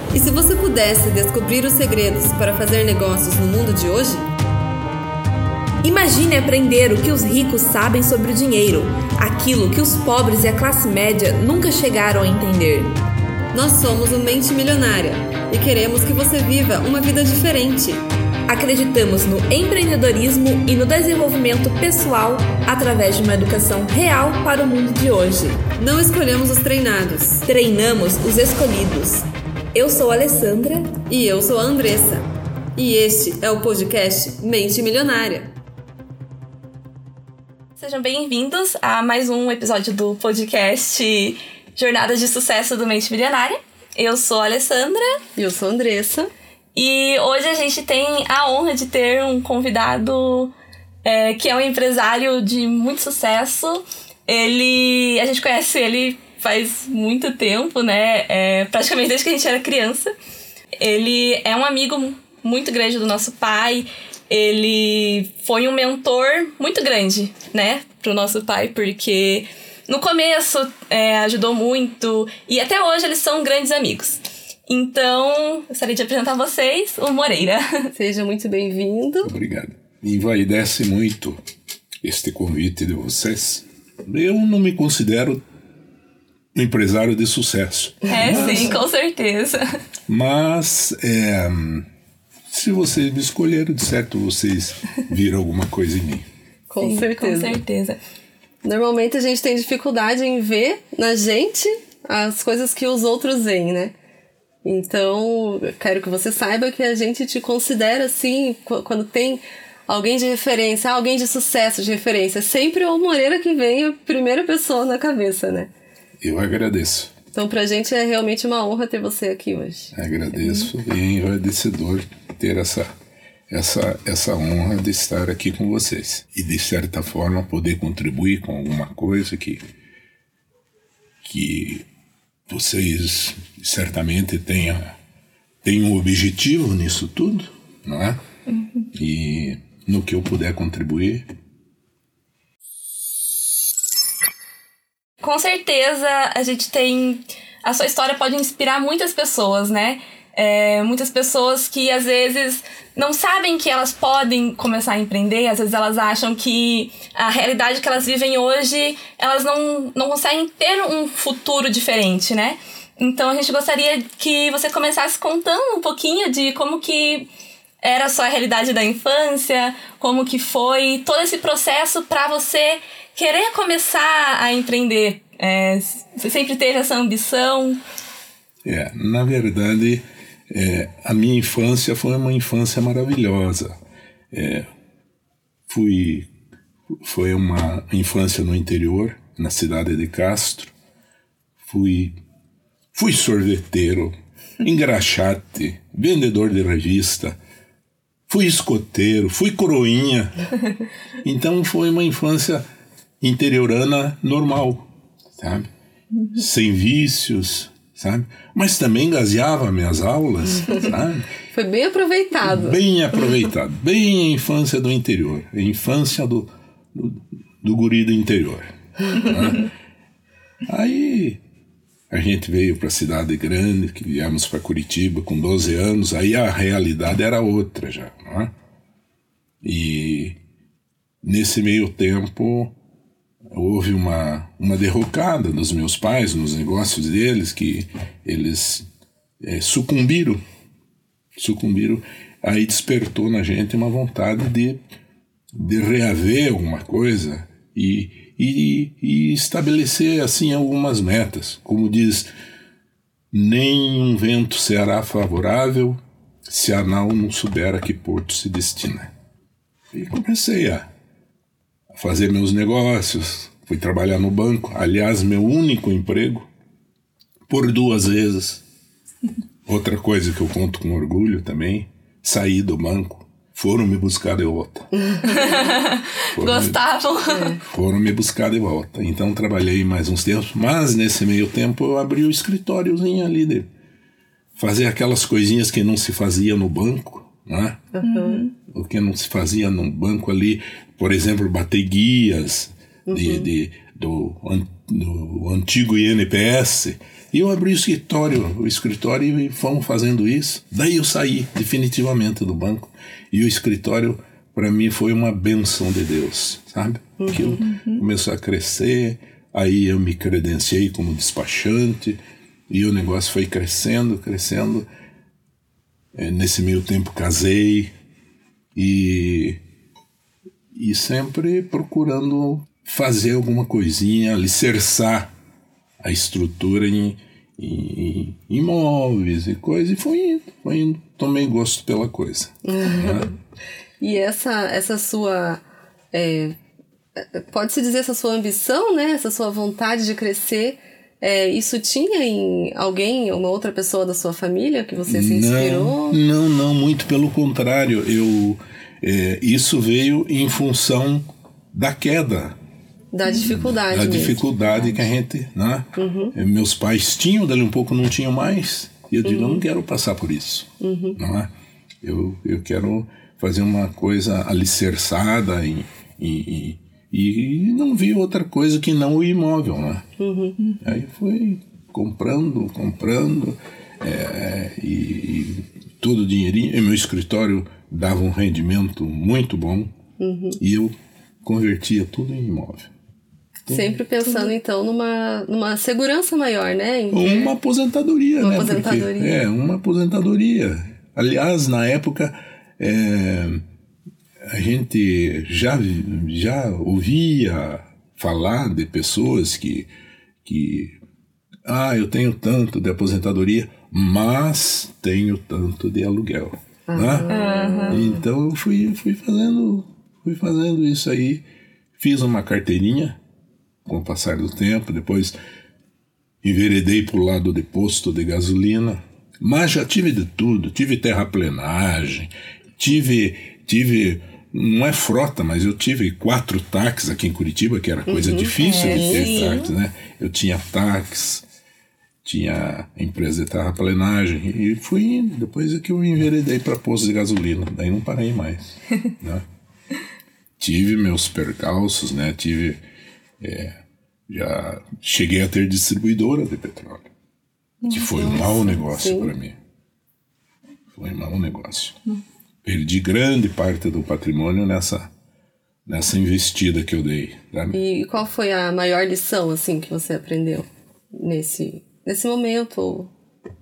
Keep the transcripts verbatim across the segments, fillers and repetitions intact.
E se você pudesse descobrir os segredos para fazer negócios no mundo de hoje? Imagine aprender o que os ricos sabem sobre o dinheiro, aquilo que os pobres e a classe média nunca chegaram a entender. Nós somos o Mente Milionária e queremos que você viva uma vida diferente. Acreditamos no empreendedorismo e no desenvolvimento pessoal através de uma educação real para o mundo de hoje. Não escolhemos os treinados, treinamos os escolhidos. Eu sou a Alessandra e eu sou a Andressa. E este é o podcast Mente Milionária. Sejam bem-vindos a mais um episódio do podcast Jornadas de Sucesso do Mente Milionária. Eu sou a Alessandra. E eu sou a Andressa. E hoje a gente tem a honra de ter um convidado é, que é um empresário de muito sucesso. Ele, a gente conhece ele faz muito tempo, né? É, praticamente desde que a gente era criança. Ele é um amigo muito grande do nosso pai. Ele foi um mentor muito grande, né? Pro nosso pai, porque no começo é, ajudou muito. E até hoje eles são grandes amigos. Então, gostaria de apresentar a vocês o Moreira. Seja muito bem-vindo. Obrigado. Envaidece muito este convite de vocês. Eu não me considero um empresário de sucesso. É, mas, sim, com certeza. Mas, é, se vocês me escolheram, de certo vocês viram alguma coisa em mim. Com sim, certeza. Com certeza. Normalmente a gente tem dificuldade em ver na gente as coisas que os outros veem, né? Então, eu quero que você saiba que a gente te considera assim, quando tem alguém de referência, alguém de sucesso de referência, sempre é o Moreira que vem a primeira pessoa na cabeça, né? Eu agradeço. Então, pra gente é realmente uma honra ter você aqui hoje. Agradeço é. E é envaidecedor ter essa, essa, essa honra de estar aqui com vocês. E, de certa forma, poder contribuir com alguma coisa que... que vocês certamente têm, têm um objetivo nisso tudo, não é? Uhum. E no que eu puder contribuir. Com certeza a gente tem... A sua história pode inspirar muitas pessoas, né? É, muitas pessoas que às vezes não sabem que elas podem começar a empreender, às vezes elas acham que a realidade que elas vivem hoje, elas não, não conseguem ter um futuro diferente, né? Então a gente gostaria que você começasse contando um pouquinho de como que era a sua realidade da infância, como que foi todo esse processo para você querer começar a empreender. É, você sempre teve essa ambição? É, na verdade... É, a minha infância foi uma infância maravilhosa. É, fui, foi uma infância no interior, na cidade de Castro. Fui, fui sorveteiro, engraxate, vendedor de revista. Fui escoteiro, fui coroinha. Então foi uma infância interiorana normal, sabe? Sem vícios, sabe? Mas também gazeava minhas aulas, sabe? Foi bem aproveitado. Bem aproveitado. Bem a infância do interior. A infância do, do, do guri do interior. Né? Aí a gente veio para a cidade grande, que viemos para Curitiba com doze anos, aí a realidade era outra já. Né? E nesse meio tempo... houve uma, uma derrocada dos meus pais nos negócios deles, que eles é, sucumbiram, sucumbiram. Aí despertou na gente uma vontade de, de reaver alguma coisa e, e, e estabelecer assim algumas metas. Como diz, nem um vento será favorável se a nau não souber a que porto se destina. E comecei a fazer meus negócios, fui trabalhar no banco, aliás, meu único emprego, por duas vezes. Outra coisa que eu conto com orgulho também, saí do banco, foram me buscar de volta. Foram Gostavam. Me, foram me buscar de volta. Então trabalhei mais uns tempos, mas nesse meio tempo eu abri o escritóriozinho ali de fazer aquelas coisinhas que não se fazia no banco, né? Uhum. O que não se fazia no banco ali, por exemplo, bater guias, uhum. de, de, do, do antigo I N P S, e eu abri o escritório, o escritório e fomos fazendo isso. Daí eu saí definitivamente do banco, e o escritório para mim foi uma bênção de Deus, sabe? Aquilo uhum. começou a crescer, aí eu me credenciei como despachante, e o negócio foi crescendo, crescendo. É, nesse meio tempo casei, e, e sempre procurando fazer alguma coisinha, alicerçar a estrutura em, em, em imóveis e coisa, e foi indo, foi indo. Tomei gosto pela coisa. Né? E essa, essa sua, é, pode-se dizer essa sua ambição, né? Essa sua vontade de crescer, é, isso tinha em alguém, uma outra pessoa da sua família que você se inspirou? Não, não, não, muito pelo contrário. Eu, é, isso veio em função da queda. Da dificuldade Da mesmo. dificuldade que a gente... Né? Uhum. Meus pais tinham, dali um pouco não tinham mais. E eu digo, uhum. eu não quero passar por isso. Uhum. Não é? eu, eu quero fazer uma coisa alicerçada em, em, em, e não vi outra coisa que não o imóvel. Né? Uhum. Aí fui comprando, comprando, é, e, e todo o dinheirinho. E meu escritório dava um rendimento muito bom. Uhum. E eu convertia tudo em imóvel. Sempre pensando, tudo. Então, numa, numa segurança maior, né? Em ter... Uma aposentadoria, uma né? Aposentadoria. Porque, é, uma aposentadoria. Aliás, na época, é, a gente já, já ouvia falar de pessoas que, que... Ah, eu tenho tanto de aposentadoria, mas tenho tanto de aluguel. Uhum. Né? Uhum. Então, eu fui, fui, fazendo, fui fazendo isso aí. Fiz uma carteirinha com o passar do tempo, depois enveredei para o lado de posto de gasolina, mas já tive de tudo, tive terraplenagem, tive, tive, não é frota, mas eu tive quatro táxis aqui em Curitiba, que era coisa uhum, difícil é, de ter sim. táxi, né? Eu tinha táxi, tinha empresa de terraplenagem, e fui indo, depois é que eu enveredei para posto de gasolina, daí não parei mais, né? Tive meus percalços, né? Tive... É, já cheguei a ter distribuidora de petróleo, que foi um mau negócio para mim. Foi um mau negócio. Hum. Perdi grande parte do patrimônio nessa, nessa investida que eu dei. Sabe? E qual foi a maior lição assim, que você aprendeu nesse, nesse momento?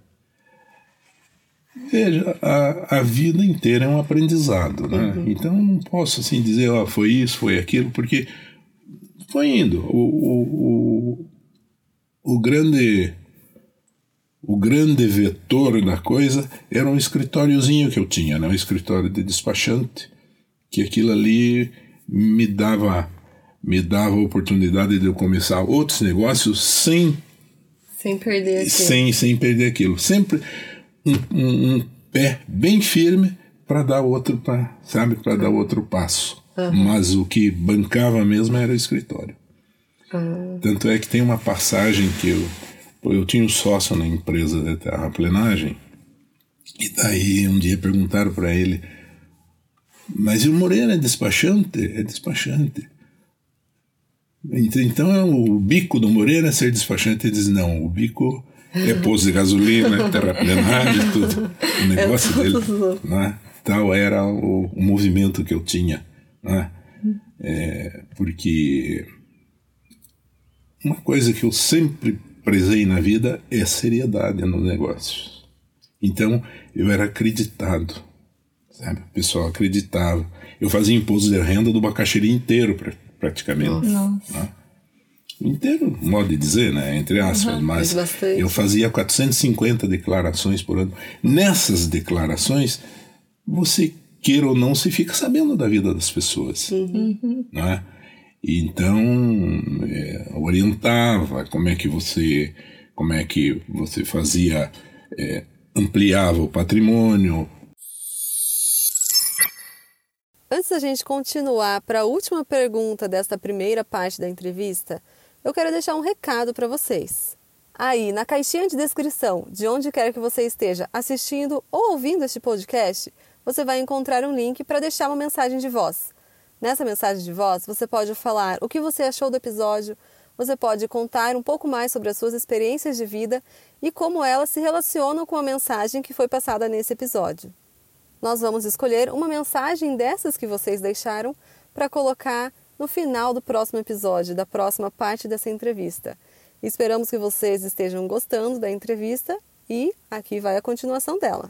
Veja, a, a vida inteira é um aprendizado, né? Uhum. Então não posso assim dizer, ó, foi isso, foi aquilo, porque foi indo. O, o, o, o, grande, o grande vetor da coisa era um escritóriozinho que eu tinha, né? Um escritório de despachante, que aquilo ali me dava, me dava a oportunidade de eu começar outros negócios sem, sem perder aquilo. Sem, sem perder aquilo. Sempre um, um, um pé bem firme para dar outro, pra, sabe, para dar outro passo. Uhum. Mas o que bancava mesmo era o escritório. Uhum. Tanto é que tem uma passagem que eu, eu tinha um sócio na empresa de terraplenagem, e daí um dia perguntaram para ele, mas o Moreira é despachante? É despachante. Então é o bico do Moreira é ser despachante? Ele diz, não, o bico é posto de gasolina, terraplenagem, tudo. O negócio é dele, né? Tal era o, o movimento que eu tinha. Né? É, porque uma coisa que eu sempre prezei na vida é seriedade nos negócios. Então eu era acreditado, sabe? O pessoal acreditava. Eu fazia imposto de renda do Bacaxiri inteiro, praticamente. Nossa. Né? Inteiro, modo de dizer, né? Entre aspas, uhum, mas eu fazia quatrocentas e cinquenta declarações por ano. Nessas declarações, você queira ou não, se fica sabendo da vida das pessoas. Uhum. Né? Então, é, orientava como é que você, como é que você fazia, é, ampliava o patrimônio. Antes da gente continuar para a última pergunta desta primeira parte da entrevista, eu quero deixar um recado para vocês. Aí, na caixinha de descrição, de onde quer que você esteja assistindo ou ouvindo este podcast, você vai encontrar um link para deixar uma mensagem de voz. Nessa mensagem de voz, você pode falar o que você achou do episódio, você pode contar um pouco mais sobre as suas experiências de vida e como elas se relacionam com a mensagem que foi passada nesse episódio. Nós vamos escolher uma mensagem dessas que vocês deixaram para colocar no final do próximo episódio, da próxima parte dessa entrevista. Esperamos que vocês estejam gostando da entrevista e aqui vai a continuação dela.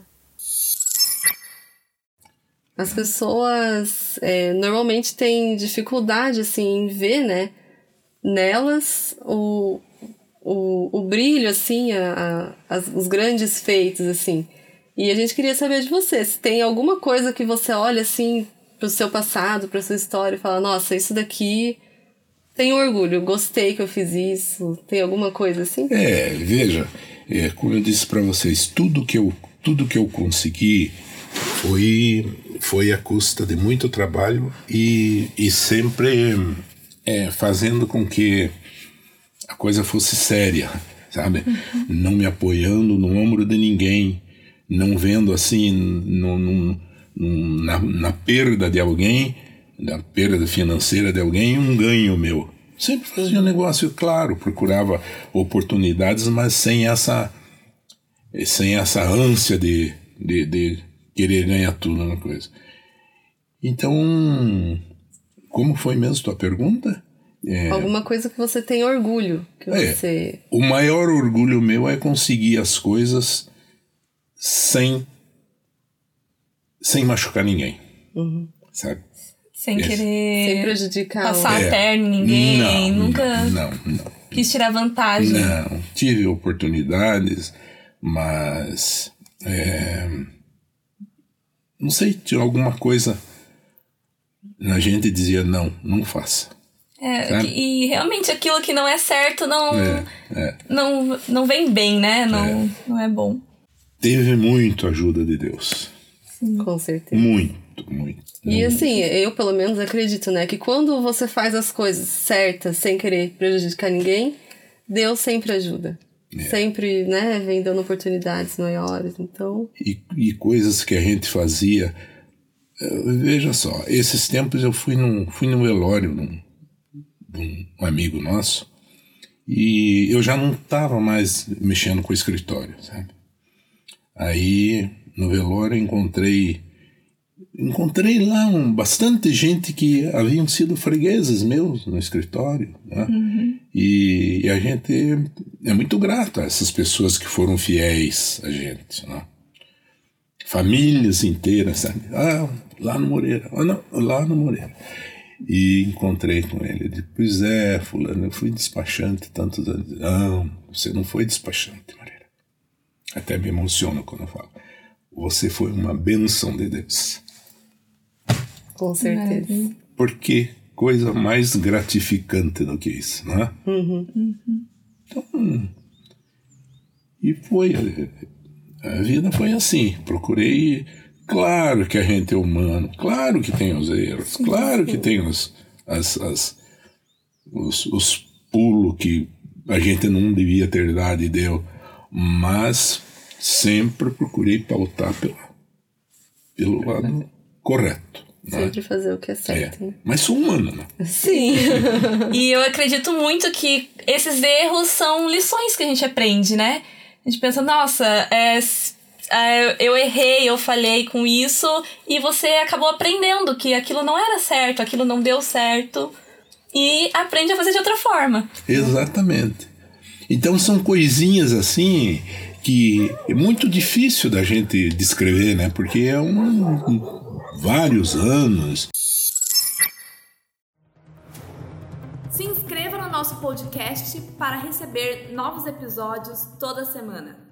As pessoas é, normalmente têm dificuldade assim, em ver, né, nelas o, o, o brilho, assim, a, a, as, os grandes feitos. Assim. E a gente queria saber de você, se tem alguma coisa que você olha assim, para o seu passado, para a sua história e fala, nossa, isso daqui tenho orgulho, gostei que eu fiz isso. Tem alguma coisa assim? É, veja, é, como eu disse para vocês, tudo que eu, tudo que eu consegui foi, foi à custa de muito trabalho e, e sempre é, fazendo com que a coisa fosse séria, sabe? Uhum. Não me apoiando no ombro de ninguém, não vendo assim no, no, no, na, na perda de alguém, na perda financeira de alguém, um ganho meu. Sempre fazia um negócio claro, procurava oportunidades, mas sem essa, sem essa ânsia de, de, de querer ganhar tudo na coisa. Então, como foi mesmo tua pergunta? É, alguma coisa que você tem orgulho. Que é, você... O maior orgulho meu é conseguir as coisas sem, sem machucar ninguém. Uhum. Sabe? Sem Esse. querer sem prejudicar passar a perna em ninguém. Não, nunca não, não, não. quis tirar vantagem. Não, tive oportunidades, mas é, não sei, tinha alguma coisa a gente dizia não, não faça. É, e realmente aquilo que não é certo não, é, é. não, não vem bem, né? Não é. não é bom. Teve muito a ajuda de Deus. Sim. Com certeza. Muito, muito. E muito. assim, eu pelo menos acredito, né? Que quando você faz as coisas certas, sem querer prejudicar ninguém, Deus sempre ajuda. É. Sempre, né? Vem dando oportunidades maiores, então... E, e coisas que a gente fazia... Veja só, esses tempos eu fui num, fui num velório num, de um amigo nosso e eu já não estava mais mexendo com o escritório, sabe? Aí no velório encontrei encontrei lá um, bastante gente que haviam sido fregueses meus no escritório, né? Uhum. e, e a gente é muito grato a essas pessoas que foram fiéis a gente, né? Famílias inteiras, sabe? Ah, lá no Moreira, ah, não, lá no Moreira. E encontrei com ele. Eu disse, pois é, fulano, eu fui despachante tantos anos. Não, você não foi despachante, Moreira. Até me emociono quando eu falo. Você foi uma bênção de Deus. Com certeza. Porque coisa mais gratificante do que isso, não é? Uhum. Uhum. Então, e foi... A vida foi assim, procurei, claro que a gente é humano, claro que tem os erros, sim, claro sim. que tem os, as, as, os, os pulos que a gente não devia ter dado e deu, mas sempre procurei pautar pela, pelo lado correto. Sempre fazer o que é certo. É. Mas sou humano, né? Sim. E eu acredito muito que esses erros são lições que a gente aprende, né? A gente pensa, nossa, é, é, eu errei, eu falhei com isso, e você acabou aprendendo que aquilo não era certo, aquilo não deu certo, e aprende a fazer de outra forma. Exatamente. Então são coisinhas assim que é muito difícil da gente descrever, né? Porque é um, um vários anos. Se inscreva no nosso podcast para receber novos episódios toda semana.